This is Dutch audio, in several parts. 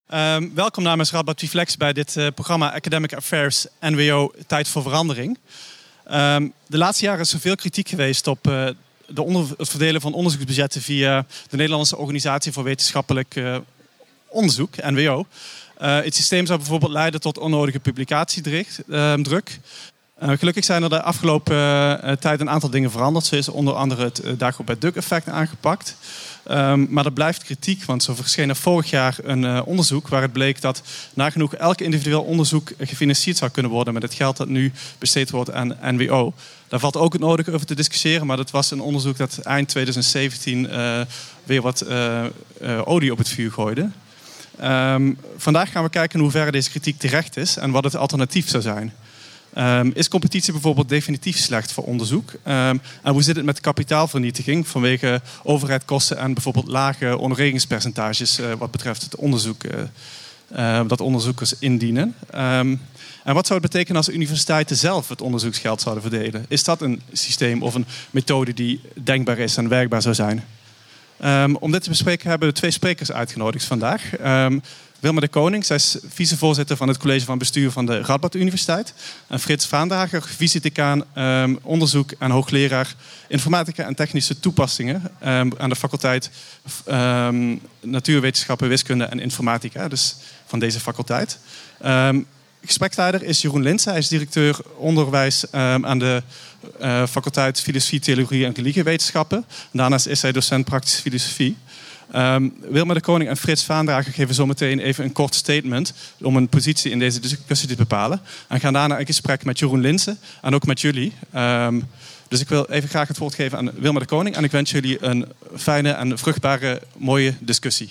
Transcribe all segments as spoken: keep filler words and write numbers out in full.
Um, welkom namens Radboud Reflex bij dit uh, programma Academic Affairs N W O Tijd voor Verandering. Um, de laatste jaren is er veel kritiek geweest op uh, de onder, het verdelen van onderzoeksbudgetten via de Nederlandse Organisatie voor Wetenschappelijk uh, Onderzoek, N W O. Uh, het systeem zou bijvoorbeeld leiden tot onnodige publicatiedruk. Uh, uh, gelukkig zijn er de afgelopen uh, tijd een aantal dingen veranderd. Zo is onder andere het uh, Dagobert-Duck-effect aangepakt. Um, maar er blijft kritiek, want zo verscheen er vorig jaar een uh, onderzoek waaruit bleek dat nagenoeg elk individueel onderzoek gefinancierd zou kunnen worden met het geld dat nu besteed wordt aan N W O. Daar valt ook het nodige over te discussiëren, maar dat was een onderzoek dat eind twintig zeventien uh, weer wat uh, uh, olie op het vuur gooide. Um, vandaag gaan we kijken in hoeverre deze kritiek terecht is en wat het alternatief zou zijn. Um, is competitie bijvoorbeeld definitief slecht voor onderzoek? Um, en hoe zit het met kapitaalvernietiging vanwege overheidskosten en bijvoorbeeld lage honoreringspercentages uh, wat betreft het onderzoek uh, uh, dat onderzoekers indienen? Um, en wat zou het betekenen als de universiteiten zelf het onderzoeksgeld zouden verdelen? Is dat een systeem of een methode die denkbaar is en werkbaar zou zijn? Um, om dit te bespreken hebben we twee sprekers uitgenodigd vandaag. Um, Wilma de Koning, zij is vicevoorzitter van het college van bestuur van de Radboud Universiteit. En Frits Vaandrager, vice-decaan um, onderzoek en hoogleraar informatica en technische toepassingen um, aan de faculteit um, natuurwetenschappen, wiskunde en informatica, dus van deze faculteit. Um, Gespreksleider is Jeroen Linssen. Hij is directeur onderwijs um, aan de uh, faculteit Filosofie, Theologie en Religiewetenschappen. Daarnaast is hij docent praktische filosofie. Um, Wilma de Koning en Frits Vaandrager geven zometeen even een kort statement om een positie in deze discussie te bepalen. En gaan daarna in gesprek met Jeroen Linssen en ook met jullie. Um, dus ik wil even graag het woord geven aan Wilma de Koning en ik wens jullie een fijne en vruchtbare, mooie discussie.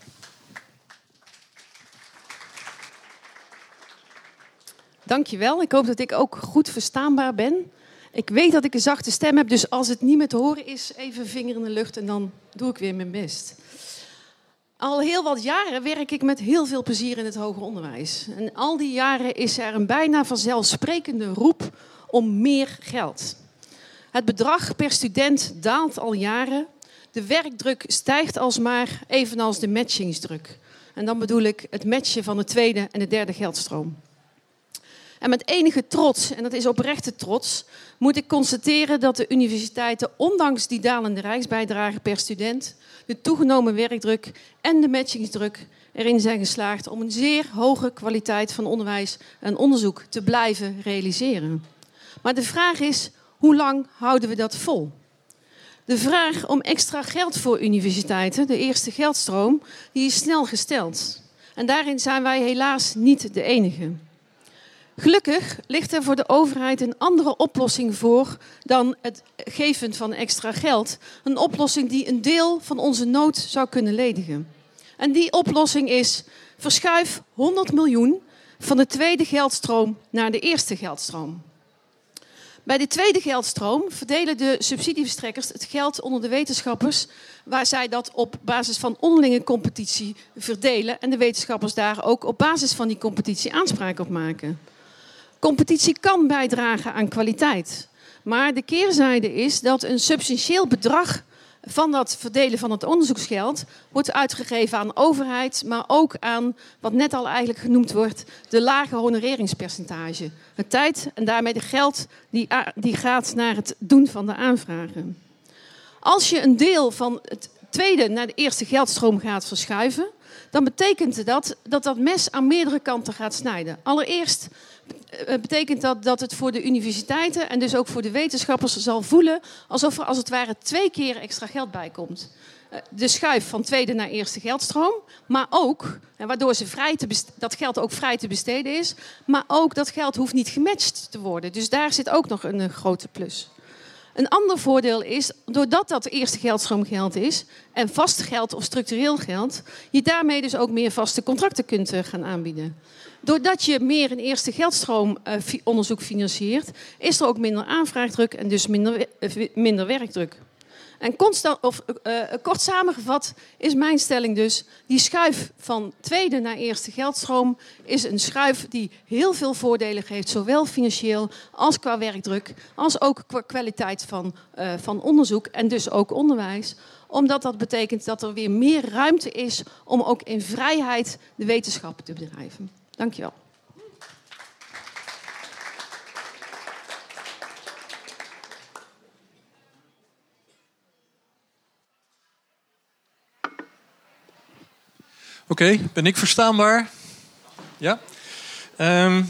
Dankjewel. Ik hoop dat ik ook goed verstaanbaar ben. Ik weet dat ik een zachte stem heb, dus als het niet meer te horen is, even vinger in de lucht en dan doe ik weer mijn best. Al heel wat jaren werk ik met heel veel plezier in het hoger onderwijs. En al die jaren is er een bijna vanzelfsprekende roep om meer geld. Het bedrag per student daalt al jaren. De werkdruk stijgt alsmaar, evenals de matchingsdruk. En dan bedoel ik het matchen van de tweede en de derde geldstroom. En met enige trots, en dat is oprechte trots, moet ik constateren dat de universiteiten, ondanks die dalende rijksbijdrage per student, de toegenomen werkdruk en de matchingsdruk erin zijn geslaagd om een zeer hoge kwaliteit van onderwijs en onderzoek te blijven realiseren. Maar de vraag is, hoe lang houden we dat vol? De vraag om extra geld voor universiteiten, de eerste geldstroom, die is snel gesteld. En daarin zijn wij helaas niet de enige. Gelukkig ligt er voor de overheid een andere oplossing voor dan het geven van extra geld. Een oplossing die een deel van onze nood zou kunnen ledigen. En die oplossing is: verschuif honderd miljoen van de tweede geldstroom naar de eerste geldstroom. Bij de tweede geldstroom verdelen de subsidieverstrekkers het geld onder de wetenschappers, waar zij dat op basis van onderlinge competitie verdelen en de wetenschappers daar ook op basis van die competitie aanspraak op maken. Competitie kan bijdragen aan kwaliteit. Maar de keerzijde is dat een substantieel bedrag van dat verdelen van het onderzoeksgeld wordt uitgegeven aan de overheid, maar ook aan wat net al eigenlijk genoemd wordt, de lage honoreringspercentage. De tijd en daarmee het geld die, die gaat naar het doen van de aanvragen. Als je een deel van het tweede naar de eerste geldstroom gaat verschuiven, dan betekent dat dat dat mes aan meerdere kanten gaat snijden. Allereerst betekent dat dat het voor de universiteiten en dus ook voor de wetenschappers zal voelen alsof er als het ware twee keer extra geld bij komt. De schuif van tweede naar eerste geldstroom, maar ook, en waardoor ze vrij te best- dat geld ook vrij te besteden is, maar ook dat geld hoeft niet gematcht te worden. Dus daar zit ook nog een, een grote plus. Een ander voordeel is, doordat dat de eerste geldstroom geld is en vast geld of structureel geld, je daarmee dus ook meer vaste contracten kunt gaan aanbieden. Doordat je meer een eerste geldstroom uh, onderzoek financiert, is er ook minder aanvraagdruk en dus minder, uh, minder werkdruk. En constant, of, uh, kort samengevat is mijn stelling dus... die schuif van tweede naar eerste geldstroom... is een schuif die heel veel voordelen geeft... zowel financieel als qua werkdruk... als ook qua kwaliteit van, uh, van onderzoek en dus ook onderwijs... omdat dat betekent dat er weer meer ruimte is... om ook in vrijheid de wetenschap te bedrijven. Dank je wel. Oké, okay, ben ik verstaanbaar? Ja. Um,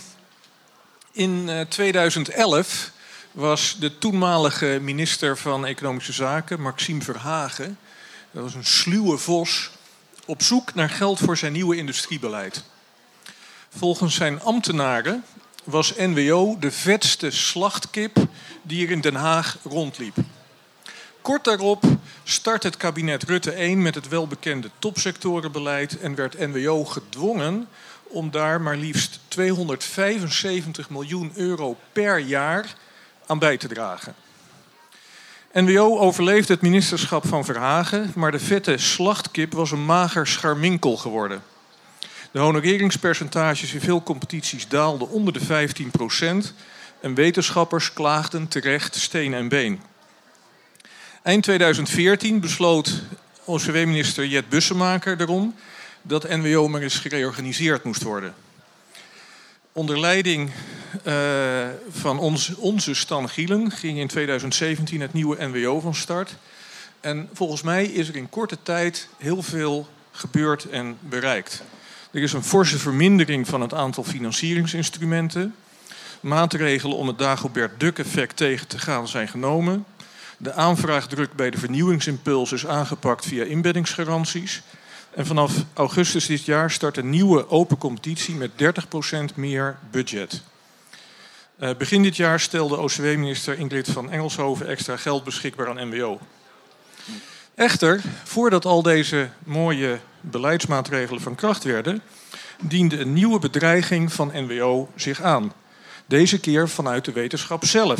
in uh, tweeduizend elf was de toenmalige minister van Economische Zaken, Maxime Verhagen... dat was een sluwe vos, op zoek naar geld voor zijn nieuwe industriebeleid. Volgens zijn ambtenaren was N W O de vetste slachtkip die er in Den Haag rondliep. Kort daarop start het kabinet Rutte één met het welbekende topsectorenbeleid... en werd N W O gedwongen om daar maar liefst tweehonderdvijfenzeventig miljoen euro per jaar aan bij te dragen. N W O overleefde het ministerschap van Verhagen... maar de vette slachtkip was een mager scharminkel geworden. De honoreringspercentages in veel competities daalden onder de vijftien procent... en wetenschappers klaagden terecht steen en been. Eind tweeduizend veertien besloot O C W-minister Jet Bussemaker erom... dat N W O maar eens gereorganiseerd moest worden. Onder leiding uh, van ons, onze Stan Gielen ging in tweeduizend zeventien het nieuwe N W O van start. En volgens mij is er in korte tijd heel veel gebeurd en bereikt. Er is een forse vermindering van het aantal financieringsinstrumenten. Maatregelen om het Dagobert-Duck-effect tegen te gaan zijn genomen. De aanvraagdruk bij de vernieuwingsimpuls is aangepakt via inbeddingsgaranties. En vanaf augustus dit jaar start een nieuwe open competitie met dertig procent meer budget. Uh, begin dit jaar stelde O C W-minister Ingrid van Engelshoven extra geld beschikbaar aan N W O. Echter, voordat al deze mooie beleidsmaatregelen van kracht werden, diende een nieuwe bedreiging van N W O zich aan. Deze keer vanuit de wetenschap zelf.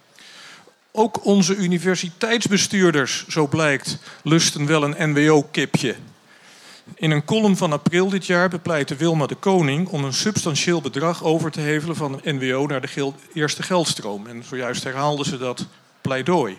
Ook onze universiteitsbestuurders, zo blijkt, lusten wel een N W O-kipje. In een column van april dit jaar bepleitte Wilma de Koning om een substantieel bedrag over te hevelen van de N W O naar de gel- eerste geldstroom. En zojuist herhaalden ze dat pleidooi.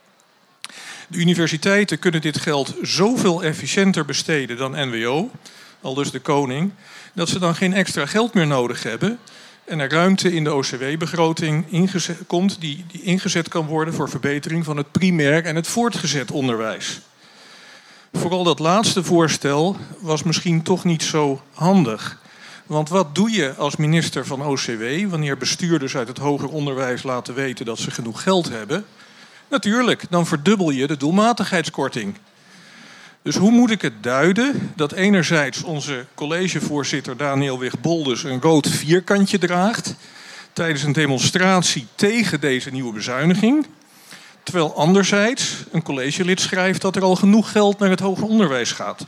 De universiteiten kunnen dit geld zoveel efficiënter besteden dan N W O, aldus de Koning, dat ze dan geen extra geld meer nodig hebben en er ruimte in de O C W-begroting ingezet, komt die, die ingezet kan worden voor verbetering van het primair en het voortgezet onderwijs. Vooral dat laatste voorstel was misschien toch niet zo handig. Want wat doe je als minister van O C W wanneer bestuurders uit het hoger onderwijs laten weten dat ze genoeg geld hebben? Natuurlijk, dan verdubbel je de doelmatigheidskorting. Dus hoe moet ik het duiden dat enerzijds onze collegevoorzitter Daniel Wigboldus een rood vierkantje draagt tijdens een demonstratie tegen deze nieuwe bezuiniging, terwijl anderzijds een collegelid schrijft dat er al genoeg geld naar het hoger onderwijs gaat.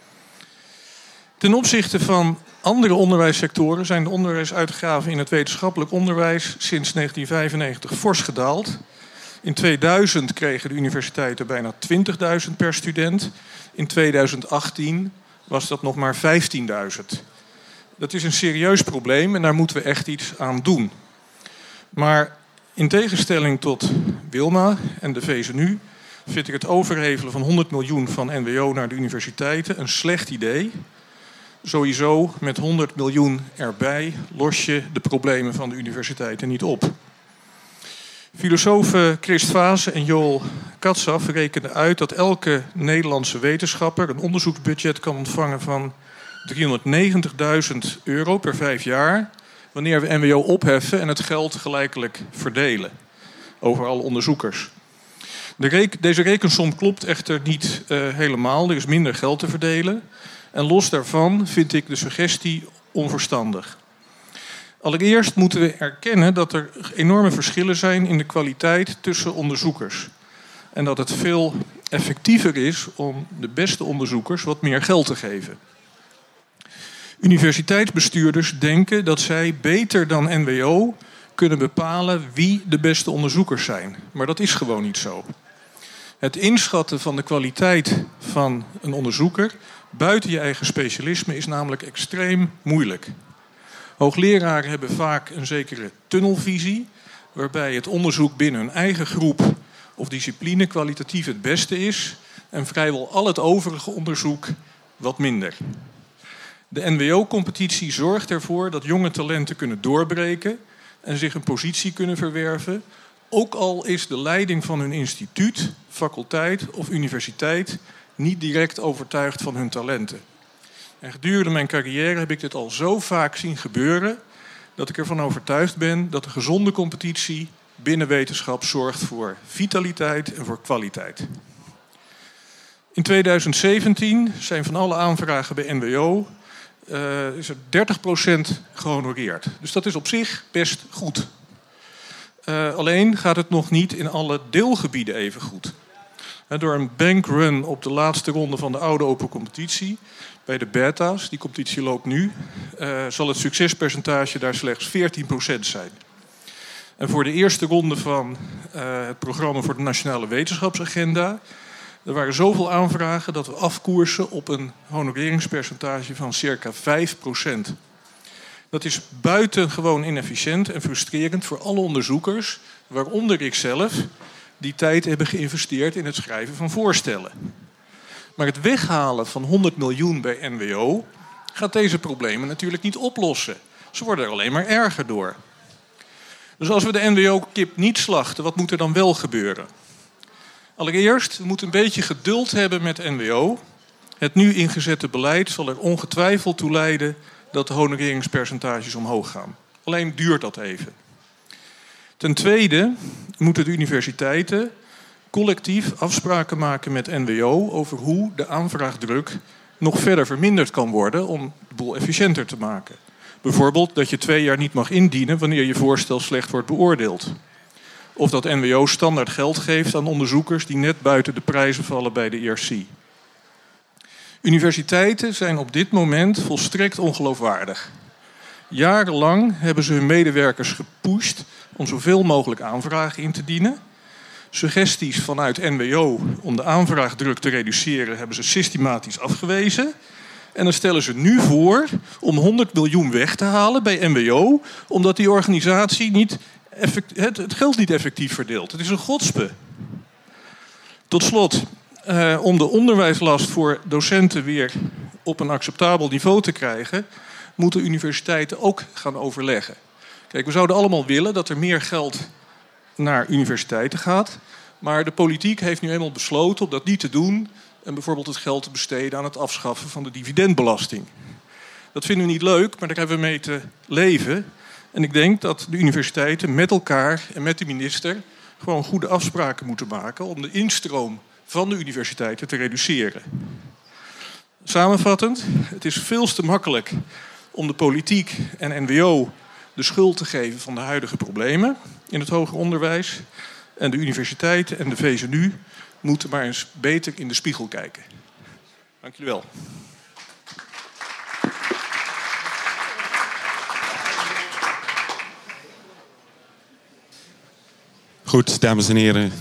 Ten opzichte van andere onderwijssectoren zijn de onderwijsuitgaven in het wetenschappelijk onderwijs sinds negentien vijfennegentig fors gedaald. In tweeduizend kregen de universiteiten bijna twintigduizend per student. In tweeduizend achttien was dat nog maar vijftienduizend. Dat is een serieus probleem en daar moeten we echt iets aan doen. Maar in tegenstelling tot Wilma en de V Z N U vind ik het overhevelen van honderd miljoen van N W O naar de universiteiten een slecht idee. Sowieso met honderd miljoen erbij los je de problemen van de universiteiten niet op. Filosofen Christ Vase en Joel Katsaf rekenen uit dat elke Nederlandse wetenschapper een onderzoeksbudget kan ontvangen van driehonderdnegentigduizend euro per vijf jaar, wanneer we N W O opheffen en het geld gelijkelijk verdelen over alle onderzoekers. De reken, deze rekensom klopt echter niet uh, helemaal. Er is minder geld te verdelen. En los daarvan vind ik de suggestie onverstandig. Allereerst moeten we erkennen dat er enorme verschillen zijn in de kwaliteit tussen onderzoekers. En dat het veel effectiever is om de beste onderzoekers wat meer geld te geven. Universiteitsbestuurders denken dat zij beter dan N W O kunnen bepalen wie de beste onderzoekers zijn. Maar dat is gewoon niet zo. Het inschatten van de kwaliteit van een onderzoeker buiten je eigen specialisme is namelijk extreem moeilijk. Hoogleraren hebben vaak een zekere tunnelvisie, waarbij het onderzoek binnen hun eigen groep of discipline kwalitatief het beste is en vrijwel al het overige onderzoek wat minder. De N W O-competitie zorgt ervoor dat jonge talenten kunnen doorbreken en zich een positie kunnen verwerven, ook al is de leiding van hun instituut, faculteit of universiteit niet direct overtuigd van hun talenten. En gedurende mijn carrière heb ik dit al zo vaak zien gebeuren dat ik ervan overtuigd ben dat een gezonde competitie binnen wetenschap zorgt voor vitaliteit en voor kwaliteit. In tweeduizend zeventien zijn van alle aanvragen bij N W O uh, is er dertig procent gehonoreerd. Dus dat is op zich best goed. Uh, alleen gaat het nog niet in alle deelgebieden even goed. Uh, door een bankrun op de laatste ronde van de oude open competitie bij de beta's, die competitie loopt nu, uh, zal het succespercentage daar slechts veertien procent zijn. En voor de eerste ronde van uh, het programma voor de Nationale Wetenschapsagenda, er waren zoveel aanvragen dat we afkoersen op een honoreringspercentage van circa vijf procent. Dat is buitengewoon inefficiënt en frustrerend voor alle onderzoekers, waaronder ikzelf, die tijd hebben geïnvesteerd in het schrijven van voorstellen. Maar het weghalen van honderd miljoen bij N W O gaat deze problemen natuurlijk niet oplossen. Ze worden er alleen maar erger door. Dus als we de N W O-kip niet slachten, wat moet er dan wel gebeuren? Allereerst, we moeten een beetje geduld hebben met N W O. Het nu ingezette beleid zal er ongetwijfeld toe leiden dat de honoreringspercentages omhoog gaan. Alleen duurt dat even. Ten tweede moeten de universiteiten collectief afspraken maken met N W O over hoe de aanvraagdruk nog verder verminderd kan worden om de boel efficiënter te maken. Bijvoorbeeld dat je twee jaar niet mag indienen wanneer je voorstel slecht wordt beoordeeld. Of dat N W O standaard geld geeft aan onderzoekers die net buiten de prijzen vallen bij de E R C. Universiteiten zijn op dit moment volstrekt ongeloofwaardig. Jarenlang hebben ze hun medewerkers gepusht om zoveel mogelijk aanvragen in te dienen. Suggesties vanuit N W O om de aanvraagdruk te reduceren hebben ze systematisch afgewezen. En dan stellen ze nu voor om honderd miljoen weg te halen bij N W O, omdat die organisatie niet effect, het, het geld niet effectief verdeelt. Het is een godspe. Tot slot, eh, om de onderwijslast voor docenten weer op een acceptabel niveau te krijgen, moeten universiteiten ook gaan overleggen. Kijk, we zouden allemaal willen dat er meer geld naar universiteiten gaat, maar de politiek heeft nu eenmaal besloten om dat niet te doen en bijvoorbeeld het geld te besteden aan het afschaffen van de dividendbelasting. Dat vinden we niet leuk, maar daar hebben we mee te leven. En ik denk dat de universiteiten met elkaar en met de minister gewoon goede afspraken moeten maken om de instroom van de universiteiten te reduceren. Samenvattend, het is veel te makkelijk om de politiek en N W O de schuld te geven van de huidige problemen in het hoger onderwijs. En de universiteiten en de V Z N U moeten maar eens beter in de spiegel kijken. Dank jullie wel. Goed, dames en heren.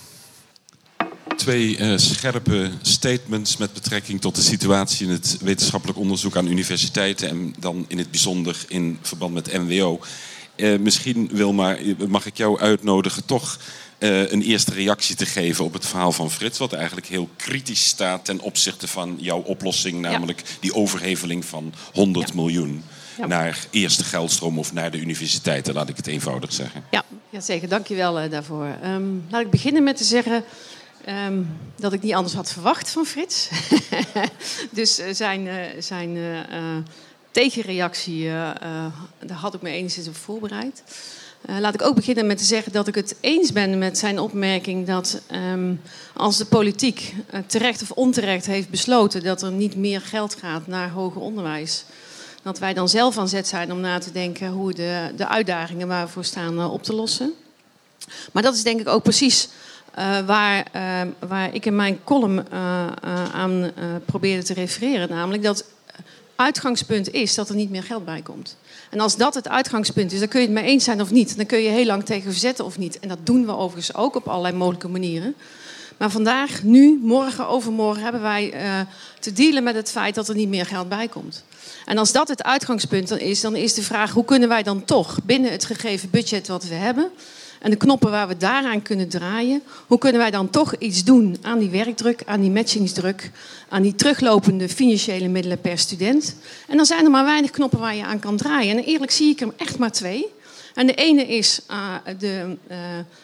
Twee uh, scherpe statements met betrekking tot de situatie in het wetenschappelijk onderzoek aan universiteiten en dan in het bijzonder in verband met N W O. Uh, misschien, Wilma, mag ik jou uitnodigen toch uh, een eerste reactie te geven op het verhaal van Frits, wat eigenlijk heel kritisch staat ten opzichte van jouw oplossing, namelijk ja. die overheveling van honderd ja. miljoen. Ja. Naar eerste geldstroom of naar de universiteiten, laat ik het eenvoudig zeggen. Ja, ja zeker. Dank je wel uh, daarvoor. Um, laat ik beginnen met te zeggen um, dat ik niet anders had verwacht van Frits. dus uh, zijn, uh, zijn uh, uh, tegenreactie, uh, uh, daar had ik me enigszins op voorbereid. Uh, laat ik ook beginnen met te zeggen dat ik het eens ben met zijn opmerking dat um, als de politiek uh, terecht of onterecht heeft besloten dat er niet meer geld gaat naar hoger onderwijs, dat wij dan zelf aan zet zijn om na te denken hoe de, de uitdagingen waar we voor staan uh, op te lossen. Maar dat is denk ik ook precies uh, waar, uh, waar ik in mijn column uh, uh, aan uh, probeerde te refereren. Namelijk dat uitgangspunt is dat er niet meer geld bij komt. En als dat het uitgangspunt is, dan kun je het mee eens zijn of niet. Dan kun je heel lang tegen verzetten of niet. En dat doen we overigens ook op allerlei mogelijke manieren. Maar vandaag, nu, morgen, overmorgen hebben wij uh, te dealen met het feit dat er niet meer geld bij komt. En als dat het uitgangspunt dan is, dan is de vraag: hoe kunnen wij dan toch binnen het gegeven budget wat we hebben en de knoppen waar we daaraan kunnen draaien, hoe kunnen wij dan toch iets doen aan die werkdruk, aan die matchingsdruk, aan die teruglopende financiële middelen per student? En dan zijn er maar weinig knoppen waar je aan kan draaien. En eerlijk zie ik er echt maar twee. En de ene is uh, de, uh,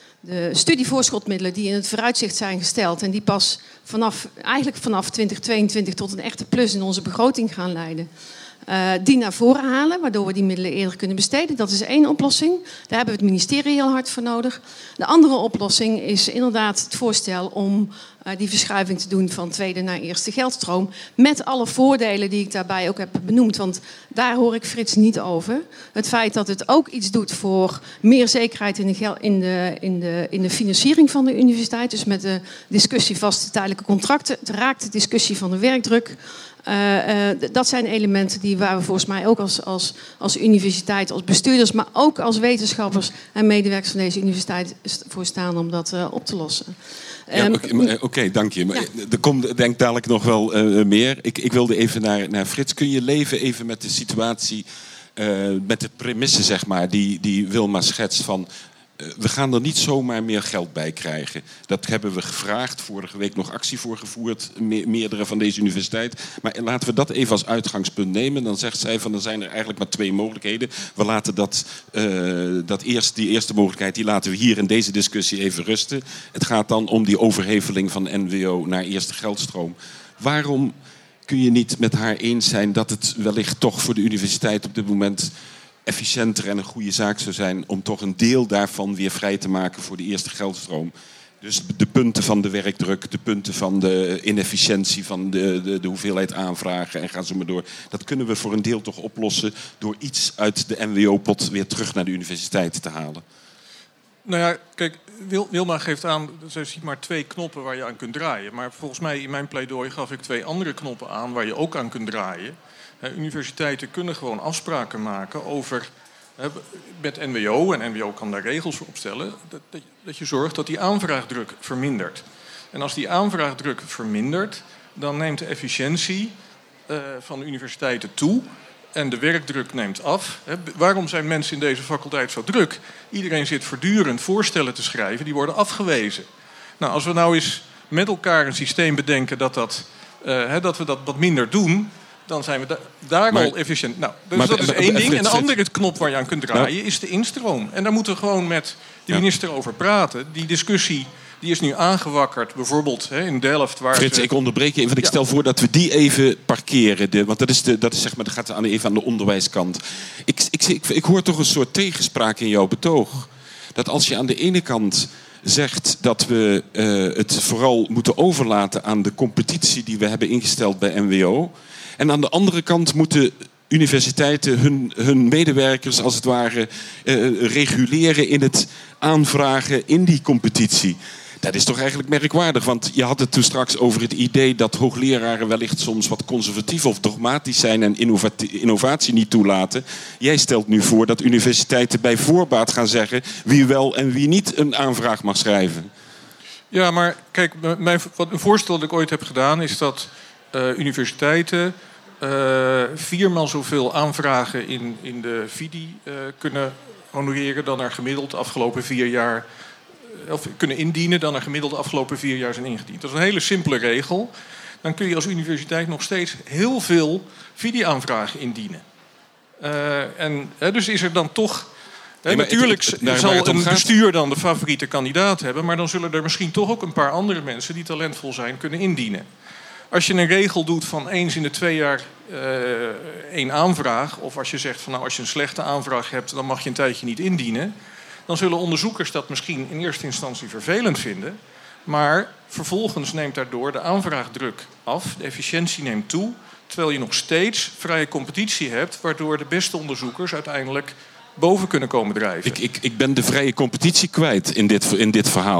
de studievoorschotmiddelen die in het vooruitzicht zijn gesteld en die pas vanaf, eigenlijk vanaf twintig tweeëntwintig tot een echte plus in onze begroting gaan leiden. Uh, die naar voren halen, waardoor we die middelen eerder kunnen besteden. Dat is één oplossing. Daar hebben we het ministerie heel hard voor nodig. De andere oplossing is inderdaad het voorstel om uh, die verschuiving te doen van tweede naar eerste geldstroom. Met alle voordelen die ik daarbij ook heb benoemd. Want daar hoor ik Frits niet over. Het feit dat het ook iets doet voor meer zekerheid in de, gel- in de, in de, in de financiering van de universiteit. Dus met de discussie vaste tijdelijke contracten. Het raakt de discussie van de werkdruk. Uh, uh, dat zijn elementen die waar we volgens mij ook als, als, als universiteit, als bestuurders, maar ook als wetenschappers en medewerkers van deze universiteit voor staan om dat uh, op te lossen. Ja, um, Oké, okay, okay, dank je. Maar ja. Er komt denk dadelijk nog wel uh, meer. Ik, ik wilde even naar, naar Frits. Kun je leven even met de situatie, uh, met de premisse zeg maar, die, die Wilma schetst van: we gaan er niet zomaar meer geld bij krijgen. Dat hebben we gevraagd, vorige week nog actie voor gevoerd, me- meerdere van deze universiteit. Maar laten we dat even als uitgangspunt nemen. Dan zegt zij van: er zijn er eigenlijk maar twee mogelijkheden. We laten dat, uh, dat eerst, die eerste mogelijkheid, die laten we hier in deze discussie even rusten. Het gaat dan om die overheveling van N W O naar eerste geldstroom. Waarom kun je niet met haar eens zijn dat het wellicht toch voor de universiteit op dit moment efficiënter en een goede zaak zou zijn om toch een deel daarvan weer vrij te maken voor de eerste geldstroom? Dus de punten van de werkdruk, de punten van de inefficiëntie van de, de, de hoeveelheid aanvragen en ga zo maar door. Dat kunnen we voor een deel toch oplossen door iets uit de N W O-pot weer terug naar de universiteit te halen. Nou ja, kijk, Wil, Wilma geeft aan, ze ziet maar twee knoppen waar je aan kunt draaien. Maar volgens mij in mijn pleidooi gaf ik twee andere knoppen aan waar je ook aan kunt draaien. He, universiteiten kunnen gewoon afspraken maken over, he, met N W O, en N W O kan daar regels voor opstellen, dat, dat, dat je zorgt dat die aanvraagdruk vermindert. En als die aanvraagdruk vermindert, dan neemt de efficiëntie uh, van de universiteiten toe en de werkdruk neemt af. He, waarom zijn mensen in deze faculteit zo druk? Iedereen zit voortdurend voorstellen te schrijven, die worden afgewezen. Nou, als we nou eens met elkaar een systeem bedenken dat, dat, uh, he, dat we dat wat minder doen, dan zijn we da- daar maar, al efficiënt. Nou, dus maar, dat is één ding. En de andere knop waar je aan kunt draaien nou, is de instroom. En daar moeten we gewoon met de minister ja. over praten. Die discussie die is nu aangewakkerd, bijvoorbeeld hè, in Delft. Waar Frits, ze... ik onderbreek je even. Want ik ja. stel voor dat we die even parkeren. De, want dat, is de, dat, is zeg maar, dat gaat aan, even aan de onderwijskant. Ik, ik, ik, ik hoor toch een soort tegenspraak in jouw betoog. Dat als je aan de ene kant zegt dat we uh, het vooral moeten overlaten aan de competitie die we hebben ingesteld bij N W O. En aan de andere kant moeten universiteiten hun, hun medewerkers als het ware uh, reguleren in het aanvragen in die competitie. Dat is toch eigenlijk merkwaardig, want je had het toen straks over het idee dat hoogleraren wellicht soms wat conservatief of dogmatisch zijn en innovatie, innovatie niet toelaten. Jij stelt nu voor dat universiteiten bij voorbaat gaan zeggen wie wel en wie niet een aanvraag mag schrijven. Ja, maar kijk, mijn, wat een voorstel dat ik ooit heb gedaan is dat uh, universiteiten uh, viermaal zoveel aanvragen in, in de V I D I uh, kunnen honoreren dan er gemiddeld de afgelopen vier jaar of kunnen indienen dan er gemiddeld de afgelopen vier jaar zijn ingediend. Dat is een hele simpele regel. Dan kun je als universiteit nog steeds heel veel V I D I-aanvragen indienen. Uh, en hè, dus is er dan toch... Hè, nee, natuurlijk het, het, zal een gaat... bestuur dan de favoriete kandidaat hebben, maar dan zullen er misschien toch ook een paar andere mensen die talentvol zijn kunnen indienen. Als je een regel doet van eens in de twee jaar uh, één aanvraag, of als je zegt van nou als je een slechte aanvraag hebt, dan mag je een tijdje niet indienen, dan zullen onderzoekers dat misschien in eerste instantie vervelend vinden. Maar vervolgens neemt daardoor de aanvraagdruk af, de efficiëntie neemt toe, terwijl je nog steeds vrije competitie hebt, waardoor de beste onderzoekers uiteindelijk boven kunnen komen drijven. Ik, ik, ik ben de vrije competitie kwijt in dit, in dit verhaal.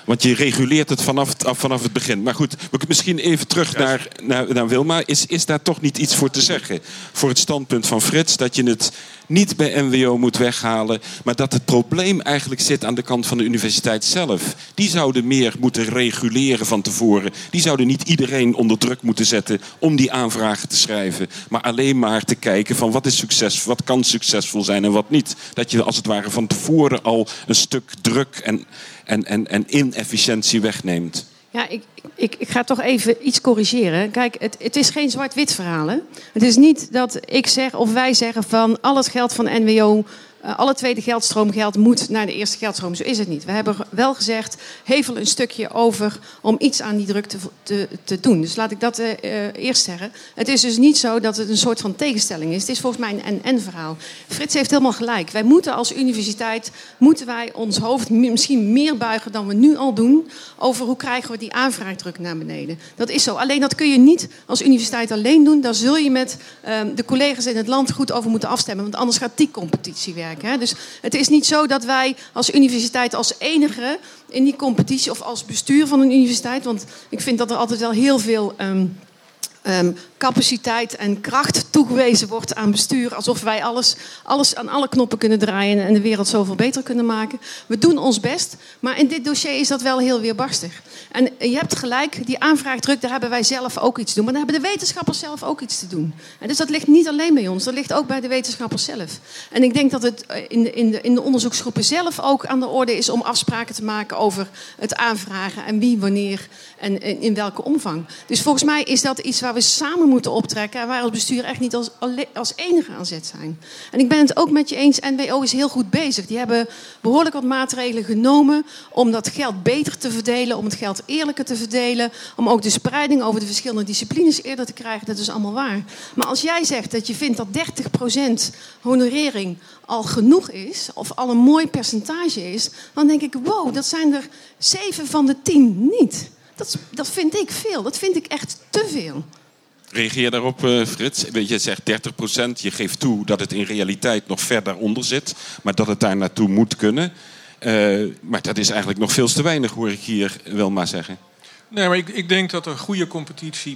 Want je reguleert het vanaf het, vanaf het begin. Maar goed, misschien even terug naar, naar, naar Wilma. Is, is daar toch niet iets voor te zeggen? Voor het standpunt van Frits, dat je het niet bij N W O moet weghalen, maar dat het probleem eigenlijk zit aan de kant van de universiteit zelf. Die zouden meer moeten reguleren van tevoren. Die zouden niet iedereen onder druk moeten zetten om die aanvragen te schrijven. Maar alleen maar te kijken van wat is succes, wat kan succesvol zijn en wat niet. Dat je als het ware van tevoren al een stuk druk en, en, en, en inefficiëntie wegneemt. Ja, ik, ik, ik ga toch even iets corrigeren. Kijk, het, het is geen zwart-wit verhaal. Hè? Het is niet dat ik zeg of wij zeggen van al het geld van N W O, uh, alle tweede geldstroomgeld moet naar de eerste geldstroom. Zo is het niet. We hebben wel gezegd, hevel een stukje over om iets aan die druk te, te, te doen. Dus laat ik dat uh, eerst zeggen. Het is dus niet zo dat het een soort van tegenstelling is. Het is volgens mij een en-en verhaal. Frits heeft helemaal gelijk. Wij moeten als universiteit, moeten wij ons hoofd misschien meer buigen dan we nu al doen over hoe krijgen we die aanvraagdruk naar beneden. Dat is zo. Alleen dat kun je niet als universiteit alleen doen. Daar zul je met uh, de collega's in het land goed over moeten afstemmen. Want anders gaat die competitie werken. Hè? Dus het is niet zo dat wij als universiteit als enige in die competitie of als bestuur van een universiteit, want ik vind dat er altijd wel heel veel Um, Um, capaciteit en kracht toegewezen wordt aan bestuur. Alsof wij alles, alles aan alle knoppen kunnen draaien en de wereld zoveel beter kunnen maken. We doen ons best, maar in dit dossier is dat wel heel weerbarstig. En je hebt gelijk, die aanvraagdruk, daar hebben wij zelf ook iets te doen. Maar daar hebben de wetenschappers zelf ook iets te doen. En dus dat ligt niet alleen bij ons, dat ligt ook bij de wetenschappers zelf. En ik denk dat het in de, in de, in de onderzoeksgroepen zelf ook aan de orde is om afspraken te maken over het aanvragen en wie, wanneer en in welke omvang. Dus volgens mij is dat iets waar we samen moeten optrekken en waar als bestuur echt niet als, als enige aan zet zijn. En ik ben het ook met je eens, N W O is heel goed bezig. Die hebben behoorlijk wat maatregelen genomen om dat geld beter te verdelen, om het geld eerlijker te verdelen, om ook de spreiding over de verschillende disciplines eerder te krijgen. Dat is allemaal waar. Maar als jij zegt dat je vindt dat dertig procent honorering al genoeg is, of al een mooi percentage is, dan denk ik, wow, dat zijn er zeven van de tien niet. Dat, dat vind ik veel. Dat vind ik echt te veel. Reageer daarop, uh, Frits. Je zegt dertig procent. Je geeft toe dat het in realiteit nog ver daaronder zit. Maar dat het daar naartoe moet kunnen. Uh, maar dat is eigenlijk nog veel te weinig, hoor ik hier wel maar zeggen. Nee, maar ik, ik denk dat een goede competitie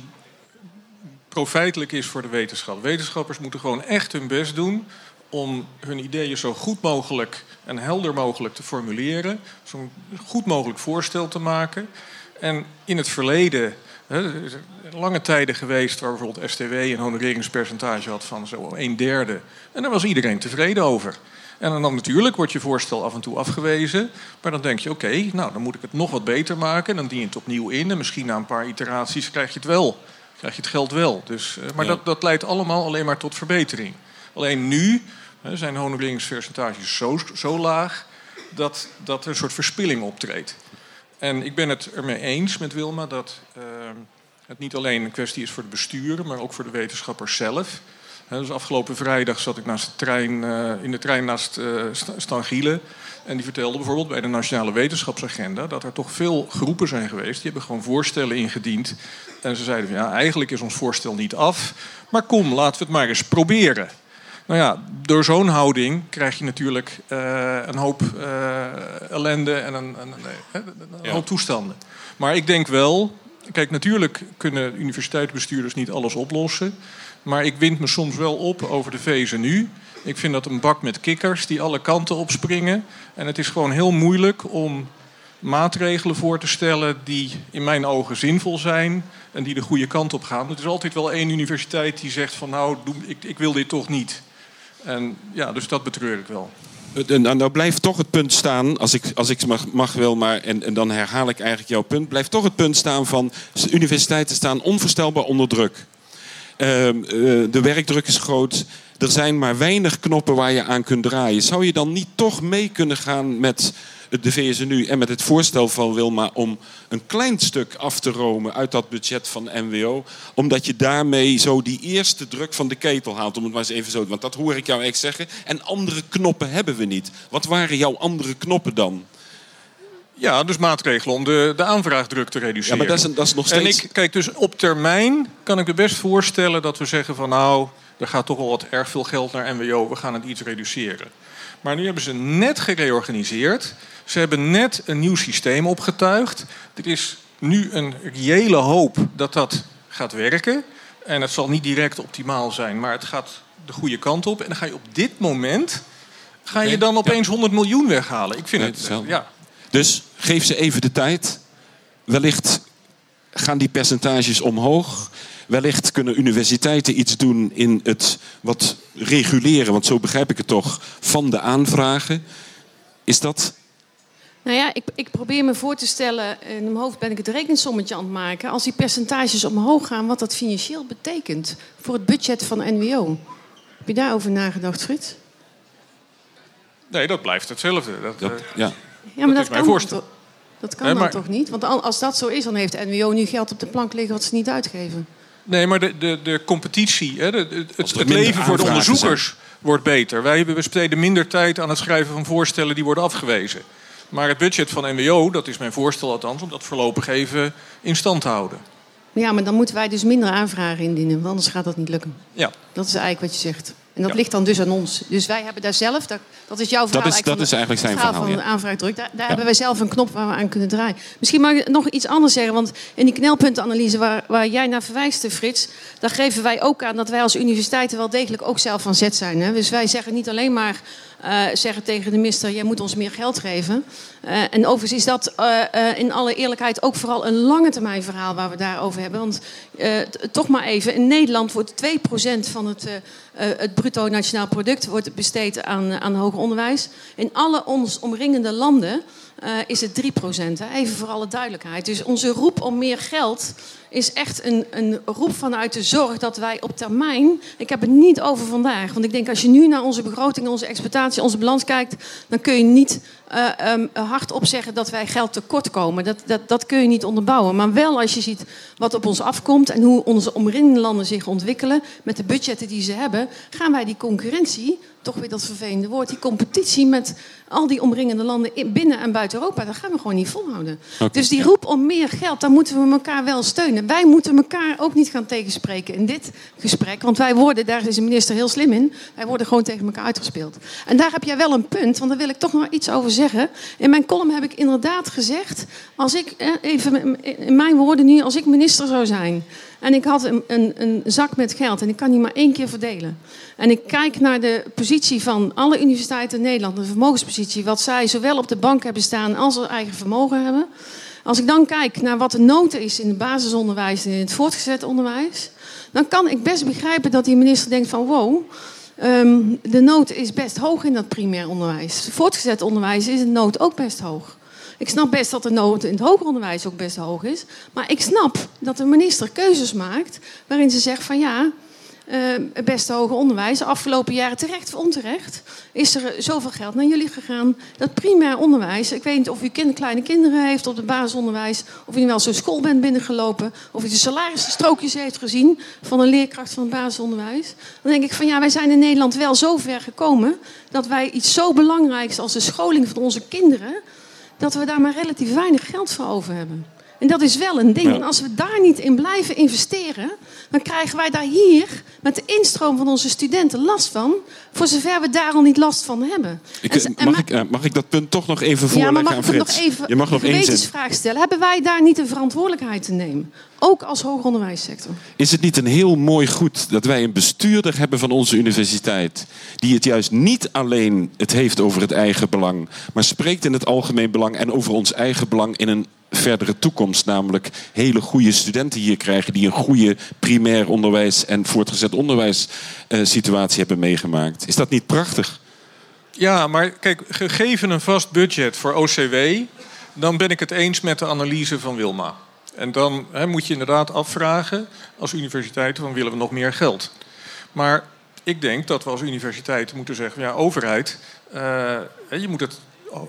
profijtelijk is voor de wetenschap. Wetenschappers moeten gewoon echt hun best doen om hun ideeën zo goed mogelijk en helder mogelijk te formuleren. Zo'n goed mogelijk voorstel te maken. En in het verleden, hè, er zijn lange tijden geweest waar bijvoorbeeld S T W een honoreringspercentage had van zo een derde. En daar was iedereen tevreden over. En dan natuurlijk wordt je voorstel af en toe afgewezen. Maar dan denk je, oké, okay, nou dan moet ik het nog wat beter maken. Dan dien je het opnieuw in. En misschien na een paar iteraties krijg je het wel. Krijg je het geld wel. Dus, uh, maar ja. dat, dat leidt allemaal alleen maar tot verbetering. Alleen nu hè, zijn honoreringspercentages zo, zo laag dat, dat er een soort verspilling optreedt. En ik ben het ermee eens met Wilma dat uh, het niet alleen een kwestie is voor de besturen, maar ook voor de wetenschappers zelf. He, dus afgelopen vrijdag zat ik naast de trein, uh, in de trein naast uh, Stan Gielen. En die vertelde bijvoorbeeld bij de Nationale Wetenschapsagenda dat er toch veel groepen zijn geweest. Die hebben gewoon voorstellen ingediend. En ze zeiden van ja, eigenlijk is ons voorstel niet af. Maar kom, laten we het maar eens proberen. Nou ja, door zo'n houding krijg je natuurlijk uh, een hoop uh, ellende en een, een, een, een hoop toestanden. Maar ik denk wel, kijk, natuurlijk kunnen universiteitsbestuurders niet alles oplossen. Maar ik wind me soms wel op over de V S N U. Ik vind dat een bak met kikkers die alle kanten opspringen. En het is gewoon heel moeilijk om maatregelen voor te stellen die in mijn ogen zinvol zijn en die de goede kant op gaan. Er is altijd wel één universiteit die zegt van nou, ik, ik wil dit toch niet. En ja, dus dat betreur ik wel. Nou, nou blijft toch het punt staan, als ik, als ik mag, mag wel, maar en, en dan herhaal ik eigenlijk jouw punt, blijft toch het punt staan van universiteiten staan onvoorstelbaar onder druk. Uh, uh, de werkdruk is groot. Er zijn maar weinig knoppen waar je aan kunt draaien. Zou je dan niet toch mee kunnen gaan met de V S N U en met het voorstel van Wilma om een klein stuk af te romen uit dat budget van N W O, omdat je daarmee zo die eerste druk van de ketel haalt, om het maar eens even zo, want dat hoor ik jou echt zeggen. En andere knoppen hebben we niet. Wat waren jouw andere knoppen dan? Ja, dus maatregelen om de, de aanvraagdruk te reduceren. Ja, maar dat is, dat is nog steeds... En ik, kijk, dus op termijn kan ik me best voorstellen dat we zeggen van nou, er gaat toch wel wat erg veel geld naar N W O, we gaan het iets reduceren. Maar nu hebben ze net gereorganiseerd. Ze hebben net een nieuw systeem opgetuigd. Er is nu een reële hoop dat dat gaat werken. En het zal niet direct optimaal zijn, maar het gaat de goede kant op. En dan ga je op dit moment ga je dan opeens honderd miljoen weghalen. Ik vind Nee, het... het Uh, ja. Dus geef ze even de tijd. Wellicht gaan die percentages omhoog. Wellicht kunnen universiteiten iets doen in het wat reguleren, want zo begrijp ik het toch, van de aanvragen. Is dat... Nou ja, ik, ik probeer me voor te stellen, in mijn hoofd ben ik het rekensommetje aan het maken, als die percentages omhoog gaan, wat dat financieel betekent voor het budget van N W O. Heb je daarover nagedacht, Frits? Nee, dat blijft hetzelfde. Dat, dat uh, ja. Ja, maar dat dat is mijn kan voorstel. dan, dat kan Nee, dan maar- toch niet? Want als dat zo is, dan heeft N W O nu geld op de plank liggen wat ze niet uitgeven. Nee, maar de, de, de competitie, hè, de, de- het, Als er het minder leven voor de aanvragen onderzoekers wordt beter. Wij besteden minder tijd aan het schrijven van voorstellen die worden afgewezen. Maar het budget van N W O, dat is mijn voorstel althans, om dat voorlopig even in stand te houden. Ja, maar dan moeten wij dus minder aanvragen indienen, want anders gaat dat niet lukken. Ja. Dat is eigenlijk wat je zegt. En dat Ja. ligt dan dus aan ons. Dus wij hebben daar zelf, dat, dat is jouw verhaal. is- dat is eigenlijk zijn het verhaal verhaal, van ja. de aanvraagdruk. Daar, daar hebben wij zelf een knop waar we aan kunnen draaien. Misschien mag ik nog iets anders zeggen. Want in die knelpuntenanalyse waar, waar jij naar verwijst, Frits, daar geven wij ook aan dat wij als universiteiten wel degelijk ook zelf van zet zijn. Hè? Dus wij zeggen niet alleen maar uh, zeggen tegen de minister, jij moet ons meer geld geven. Uh, en overigens is dat uh, uh, in alle eerlijkheid ook vooral een lange termijn verhaal waar we daarover hebben. Want uh, t- toch maar even, in Nederland wordt twee procent van het, uh, uh, het bruto nationaal product wordt besteed aan, uh, aan hoger onderwijs. In alle ons omringende landen uh, is het drie procent. Hè? Even voor alle duidelijkheid. Dus onze roep om meer geld is echt een, een roep vanuit de zorg dat wij op termijn... Ik heb het niet over vandaag. Want ik denk als je nu naar onze begroting, onze exploitatie, onze balans kijkt, dan kun je niet uh, um, hardop zeggen dat wij geld tekort komen. Dat, dat, dat kun je niet onderbouwen. Maar wel als je ziet wat op ons afkomt en hoe onze omringende landen zich ontwikkelen met de budgetten die ze hebben, gaan wij die concurrentie, toch weer dat vervelende woord, die competitie met al die omringende landen in, binnen en buiten Europa, dat gaan we gewoon niet volhouden. Okay, dus die ja. roep om meer geld, daar moeten we elkaar wel steunen. Wij moeten elkaar ook niet gaan tegenspreken in dit gesprek. Want wij worden, daar is de minister heel slim in, wij worden gewoon tegen elkaar uitgespeeld. En daar heb jij wel een punt, want daar wil ik toch nog iets over zeggen. In mijn column heb ik inderdaad gezegd, als ik, even in mijn woorden nu, als ik minister zou zijn en ik had een, een, een zak met geld en ik kan die maar één keer verdelen. En ik kijk naar de positie van alle universiteiten in Nederland, de vermogenspositie, wat zij zowel op de bank hebben staan als hun eigen vermogen hebben. Als ik dan kijk naar wat de nood is in het basisonderwijs en in het voortgezet onderwijs, dan kan ik best begrijpen dat die minister denkt van wow, um, de nood is best hoog in dat primair onderwijs. Voortgezet onderwijs is de nood ook best hoog. Ik snap best dat de nood in het hoger onderwijs ook best hoog is. Maar ik snap dat de minister keuzes maakt waarin ze zegt van ja, uh, het beste hoger onderwijs, de afgelopen jaren terecht of onterecht, is er zoveel geld naar jullie gegaan. Dat primair onderwijs, ik weet niet of u kind, kleine kinderen heeft op het basisonderwijs, of u wel zo'n school bent binnengelopen, of u de salarisstrookjes heeft gezien van een leerkracht van het basisonderwijs. Dan denk ik van ja, wij zijn in Nederland wel zo ver gekomen dat wij iets zo belangrijks als de scholing van onze kinderen, dat we daar maar relatief weinig geld voor over hebben. En dat is wel een ding. Ja. En als we daar niet in blijven investeren, dan krijgen wij daar hier met de instroom van onze studenten last van, voor zover we daar al niet last van hebben. Ik, En- en mag, ma- ik, uh, mag ik dat punt toch nog even ja, voorleggen maar mag aan ik hem Frits? nog even Je mag nog een één zin. gewetensvraag stellen? Hebben wij daar niet een verantwoordelijkheid te nemen? Ook als hoger onderwijssector. Is het niet een heel mooi goed dat wij een bestuurder hebben van onze universiteit, die het juist niet alleen het heeft over het eigen belang, maar spreekt in het algemeen belang en over ons eigen belang in een verdere toekomst, namelijk hele goede studenten hier krijgen die een goede primair onderwijs en voortgezet onderwijs uh, situatie hebben meegemaakt. Is dat niet prachtig? Ja, maar kijk, gegeven een vast budget voor O C W, dan ben ik het eens met de analyse van Wilma. En dan he, moet je inderdaad afvragen als universiteit, van willen we nog meer geld? Maar ik denk dat we als universiteit moeten zeggen, ja, overheid, uh, je moet het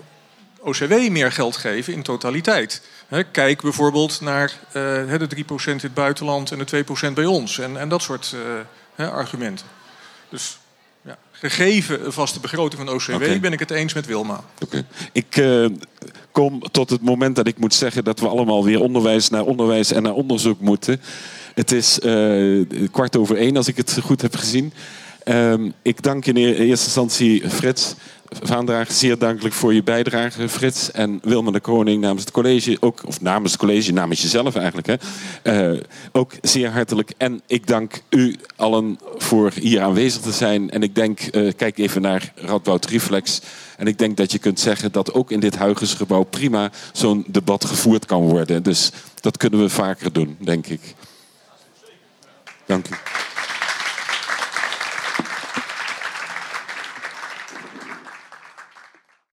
O C W meer geld geven in totaliteit. He, kijk bijvoorbeeld naar uh, de drie procent in het buitenland en de twee procent bij ons. En, en dat soort uh, he, argumenten. Dus ja, gegeven een vaste begroting van O C W Okay. ben ik het eens met Wilma. Okay. Ik uh, kom tot het moment dat ik moet zeggen dat we allemaal weer onderwijs naar onderwijs en naar onderzoek moeten. Het is uh, kwart over één, als ik het goed heb gezien. Um, ik dank in eerste instantie Frits Vaandrager zeer dankelijk voor je bijdrage, Frits. En Wilma de Koning namens het college, ook, of namens het college, namens jezelf eigenlijk. Hè, uh, ook zeer hartelijk. En ik dank u allen voor hier aanwezig te zijn. En ik denk, uh, kijk even naar Radboud Reflex. En ik denk dat je kunt zeggen dat ook in dit Huygens-gebouw prima zo'n debat gevoerd kan worden. Dus dat kunnen we vaker doen, denk ik. Dank u.